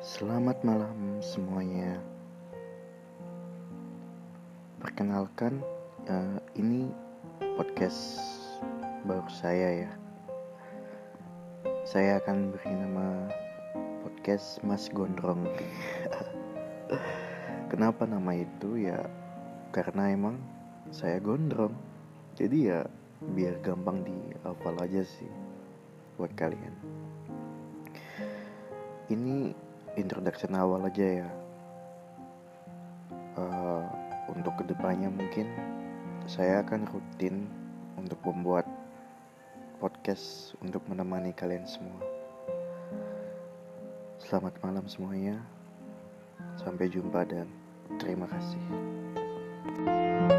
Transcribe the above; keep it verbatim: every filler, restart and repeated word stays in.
Selamat malam semuanya. Perkenalkan, eh, ini podcast baru saya ya. Saya akan beri nama podcast Mas Gondrong. Kenapa nama itu ya? Karena emang saya gondrong. Jadi ya biar gampang dihafal aja sih buat kalian. Ini introduction awal aja ya. Uh, untuk kedepannya mungkin saya akan rutin untuk membuat podcast untuk menemani kalian semua. Selamat malam semuanya. Sampai jumpa dan terima kasih.